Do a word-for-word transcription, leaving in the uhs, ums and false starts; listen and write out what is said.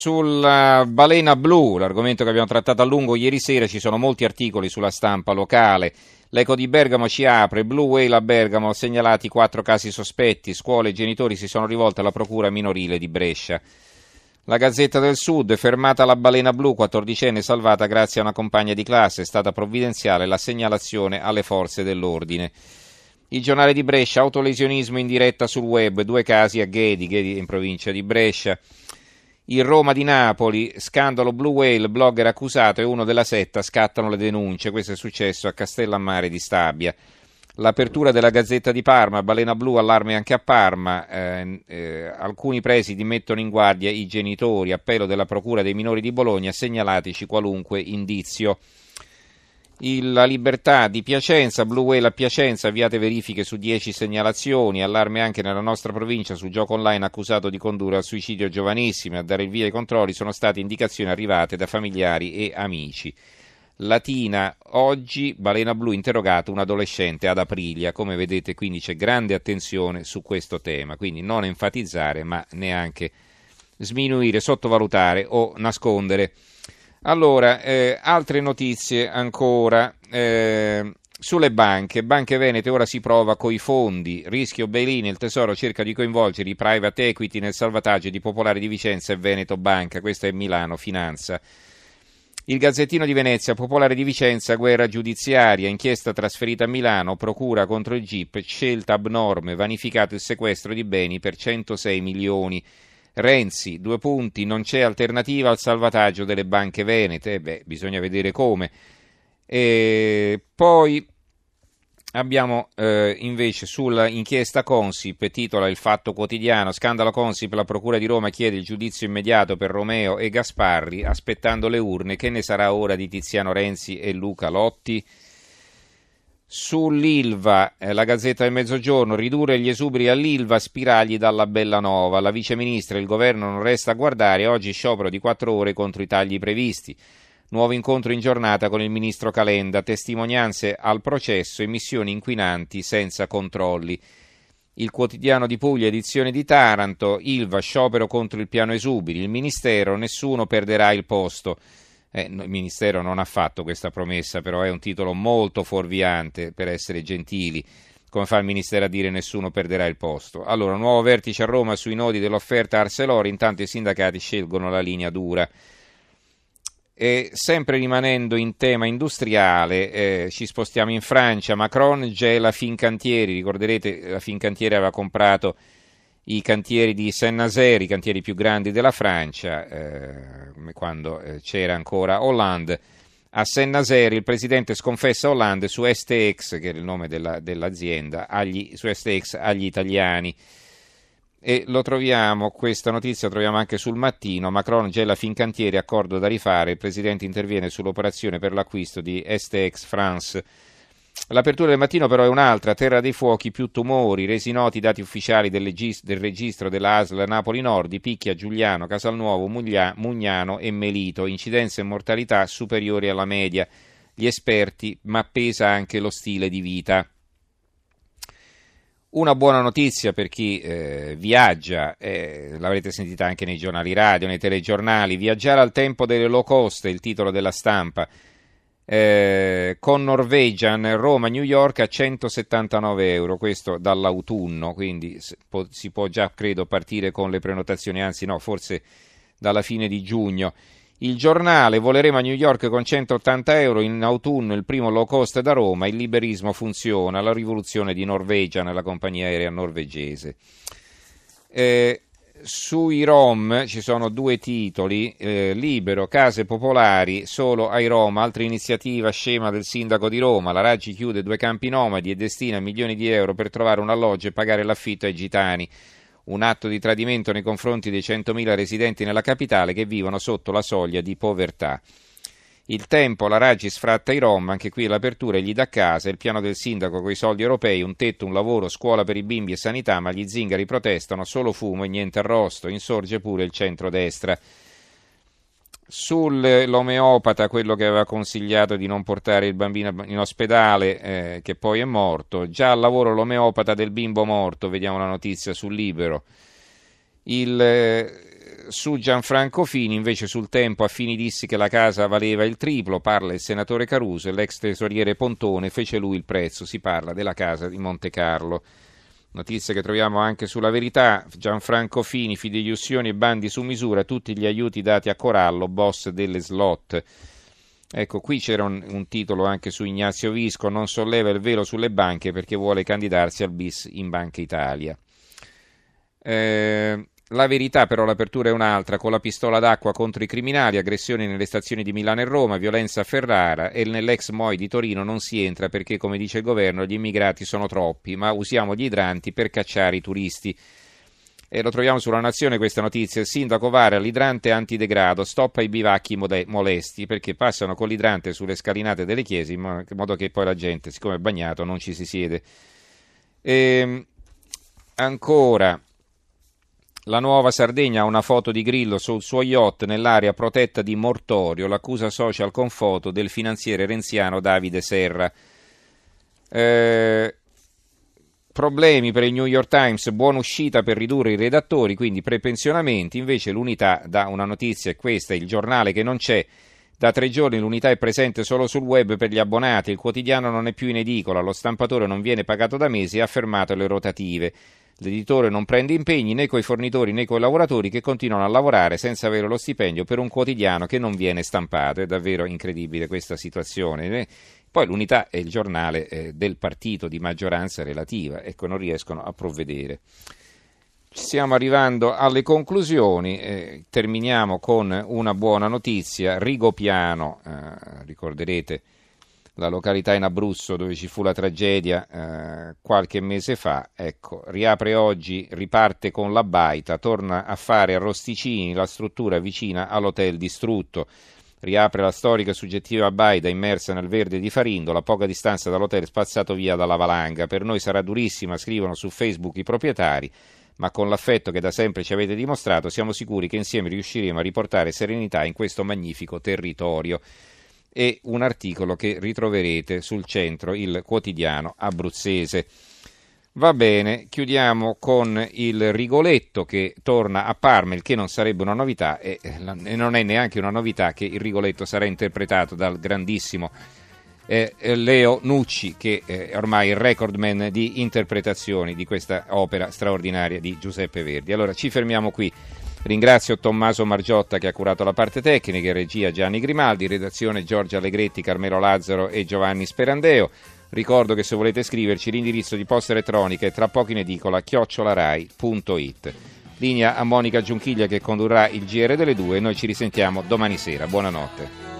Sulla balena blu, l'argomento che abbiamo trattato a lungo ieri sera, ci sono molti articoli sulla stampa locale. L'Eco di Bergamo ci apre, Blue Whale a Bergamo, segnalati quattro casi sospetti, scuole e genitori si sono rivolti alla procura minorile di Brescia. La Gazzetta del Sud, fermata la balena blu, quattordicenne salvata grazie a una compagna di classe, è stata provvidenziale la segnalazione alle forze dell'ordine. Il Giornale di Brescia, autolesionismo in diretta sul web, due casi a Ghedi, Ghedi in provincia di Brescia. Il Roma di Napoli, scandalo Blue Whale, blogger accusato e uno della setta, scattano le denunce, questo è successo a Castellammare di Stabia. L'apertura della Gazzetta di Parma, balena blu, allarme anche a Parma, eh, eh, alcuni presidi mettono in guardia i genitori, appello della Procura dei minori di Bologna, segnalateci qualunque indizio. Il, la Libertà di Piacenza, Blue Whale a Piacenza, avviate verifiche su dieci segnalazioni, allarme anche nella nostra provincia su gioco online accusato di condurre al suicidio giovanissimi, a dare il via ai controlli sono state indicazioni arrivate da familiari e amici. Latina, oggi, balena blu interrogato un adolescente ad Aprilia, come vedete quindi c'è grande attenzione su questo tema, quindi non enfatizzare ma neanche sminuire, sottovalutare o nascondere. Allora, eh, altre notizie ancora, eh, sulle banche, Banche Venete ora si prova coi fondi, rischio bail-in, il Tesoro cerca di coinvolgere i private equity nel salvataggio di Popolare di Vicenza e Veneto Banca, questa è Milano Finanza. Il Gazzettino di Venezia, Popolare di Vicenza, guerra giudiziaria, inchiesta trasferita a Milano, procura contro il G I P, scelta abnorme, vanificato il sequestro di beni per centosei milioni. Renzi, due punti, non c'è alternativa al salvataggio delle banche venete, beh, bisogna vedere come. E poi abbiamo eh, invece sull'inchiesta Consip, titola Il Fatto Quotidiano, scandalo Consip, la Procura di Roma chiede il giudizio immediato per Romeo e Gasparri, aspettando le urne, che ne sarà ora di Tiziano Renzi e Luca Lotti? Sull'Ilva, eh, la Gazzetta del Mezzogiorno, ridurre gli esuberi all'Ilva, spiragli dalla Bellanova. La viceministra e il governo non resta a guardare, oggi sciopero di quattro ore contro i tagli previsti. Nuovo incontro in giornata con il ministro Calenda, testimonianze al processo, emissioni inquinanti senza controlli. Il Quotidiano di Puglia, edizione di Taranto, Ilva, sciopero contro il piano esuberi, il ministero, nessuno perderà il posto. Eh, il Ministero non ha fatto questa promessa, però è un titolo molto fuorviante, per essere gentili. Come fa il Ministero a dire nessuno perderà il posto? Allora, nuovo vertice a Roma sui nodi dell'offerta Arcelor, intanto i sindacati scelgono la linea dura. E sempre rimanendo in tema industriale, eh, ci spostiamo in Francia. Macron gela Fincantieri, ricorderete la Fincantieri aveva comprato i cantieri di Saint-Nazaire, i cantieri più grandi della Francia, eh, quando eh, c'era ancora Hollande. A Saint-Nazaire il presidente sconfessa Hollande su S T X, che è il nome della, dell'azienda, agli, su S T X agli italiani. E lo troviamo, questa notizia la troviamo anche sul Mattino. Macron gela Fincantieri, accordo da rifare, il presidente interviene sull'operazione per l'acquisto di S T X France. L'apertura del Mattino però è un'altra, terra dei fuochi, più tumori, resi noti i dati ufficiali del, legis- del registro della A S L Napoli Nord, di Picchia, Giugliano, Casalnuovo, Muglia- Mugnano e Melito, incidenza e mortalità superiori alla media, gli esperti, ma pesa anche lo stile di vita. Una buona notizia per chi eh, viaggia, eh, l'avrete sentita anche nei giornali radio, nei telegiornali, viaggiare al tempo delle low cost, è il titolo della Stampa. Eh, con Norwegian Roma-New York a centosettantanove euro, questo dall'autunno, quindi si può già credo partire con le prenotazioni, anzi no, forse dalla fine di giugno. Il Giornale, voleremo a New York con centottanta euro, in autunno il primo low cost da Roma, il liberismo funziona, la rivoluzione di Norwegian, la compagnia aerea norvegese. Eh, Sui Rom ci sono due titoli, eh, Libero, case popolari solo ai Rom, altra iniziativa scema del sindaco di Roma, la Raggi chiude due campi nomadi e destina milioni di euro per trovare un alloggio e pagare l'affitto ai gitani, un atto di tradimento nei confronti dei centomila residenti nella capitale che vivono sotto la soglia di povertà. Il Tempo, la Raggi sfratta i Rom, anche qui l'apertura e gli dà casa, il piano del sindaco con i soldi europei, un tetto, un lavoro, scuola per i bimbi e sanità, ma gli zingari protestano, solo fumo e niente arrosto, insorge pure il centrodestra. Sull'omeopata, quello che aveva consigliato di non portare il bambino in ospedale, eh, che poi è morto, già al lavoro l'omeopata del bimbo morto, vediamo la notizia sul Libero. Il... Eh, su Gianfranco Fini, invece, sul Tempo, a Fini dissi che la casa valeva il triplo, parla il senatore Caruso e l'ex tesoriere Pontone, fece lui il prezzo, si parla della casa di Monte Carlo. Notizia che troviamo anche sulla Verità, Gianfranco Fini, fideiussioni e bandi su misura, tutti gli aiuti dati a Corallo, boss delle slot. Ecco, qui c'era un, un titolo anche su Ignazio Visco, non solleva il velo sulle banche perché vuole candidarsi al bis in Banca Italia. Eh, la Verità però l'apertura è un'altra, con la pistola d'acqua contro i criminali, aggressioni nelle stazioni di Milano e Roma, violenza a Ferrara e nell'ex M O I di Torino non si entra perché, come dice il governo, gli immigrati sono troppi, ma usiamo gli idranti per cacciare i turisti. E lo troviamo sulla Nazione questa notizia, il sindaco vara l'idrante antidegrado, stoppa i bivacchi mode- molesti perché passano con l'idrante sulle scalinate delle chiese in modo che poi la gente, siccome è bagnato, non ci si siede. E ancora... La Nuova Sardegna ha una foto di Grillo sul suo yacht nell'area protetta di Mortorio, l'accusa social con foto del finanziere renziano Davide Serra. Eh, problemi per il New York Times, buona uscita per ridurre i redattori, quindi prepensionamenti, invece l'Unità dà una notizia, è questa, il giornale che non c'è. Da tre giorni l'Unità è presente solo sul web per gli abbonati, il quotidiano non è più in edicola, lo stampatore non viene pagato da mesi e ha fermato le rotative. L'editore non prende impegni né coi fornitori né coi lavoratori che continuano a lavorare senza avere lo stipendio per un quotidiano che non viene stampato. È davvero incredibile questa situazione. Poi l'Unità è il giornale eh, del partito di maggioranza relativa, ecco, non riescono a provvedere. Stiamo arrivando alle conclusioni, eh, terminiamo con una buona notizia. Rigopiano, eh, ricorderete la località in Abruzzo dove ci fu la tragedia eh, qualche mese fa, ecco, riapre oggi, riparte con la baita, torna a fare arrosticini la struttura vicina all'hotel distrutto, riapre la storica e suggettiva baita immersa nel verde di Farindo, a poca distanza dall'hotel spazzato via dalla valanga. Per noi sarà durissima, scrivono su Facebook i proprietari, ma con l'affetto che da sempre ci avete dimostrato siamo sicuri che insieme riusciremo a riportare serenità in questo magnifico territorio. E un articolo che ritroverete sul Centro, il quotidiano abruzzese. Va bene, chiudiamo con il Rigoletto che torna a Parma, il che non sarebbe una novità e non è neanche una novità che il Rigoletto sarà interpretato dal grandissimo eh, Leo Nucci, che è ormai il recordman di interpretazioni di questa opera straordinaria di Giuseppe Verdi. Allora ci fermiamo qui. Ringrazio Tommaso Margiotta che ha curato la parte tecnica, regia Gianni Grimaldi, redazione Giorgia Allegretti, Carmelo Lazzaro e Giovanni Sperandeo. Ricordo che se volete scriverci l'indirizzo di posta elettronica è tra poco in edicola chiocciolarai punto it. Linea a Monica Giunchiglia che condurrà il G R delle due e noi ci risentiamo domani sera. Buonanotte.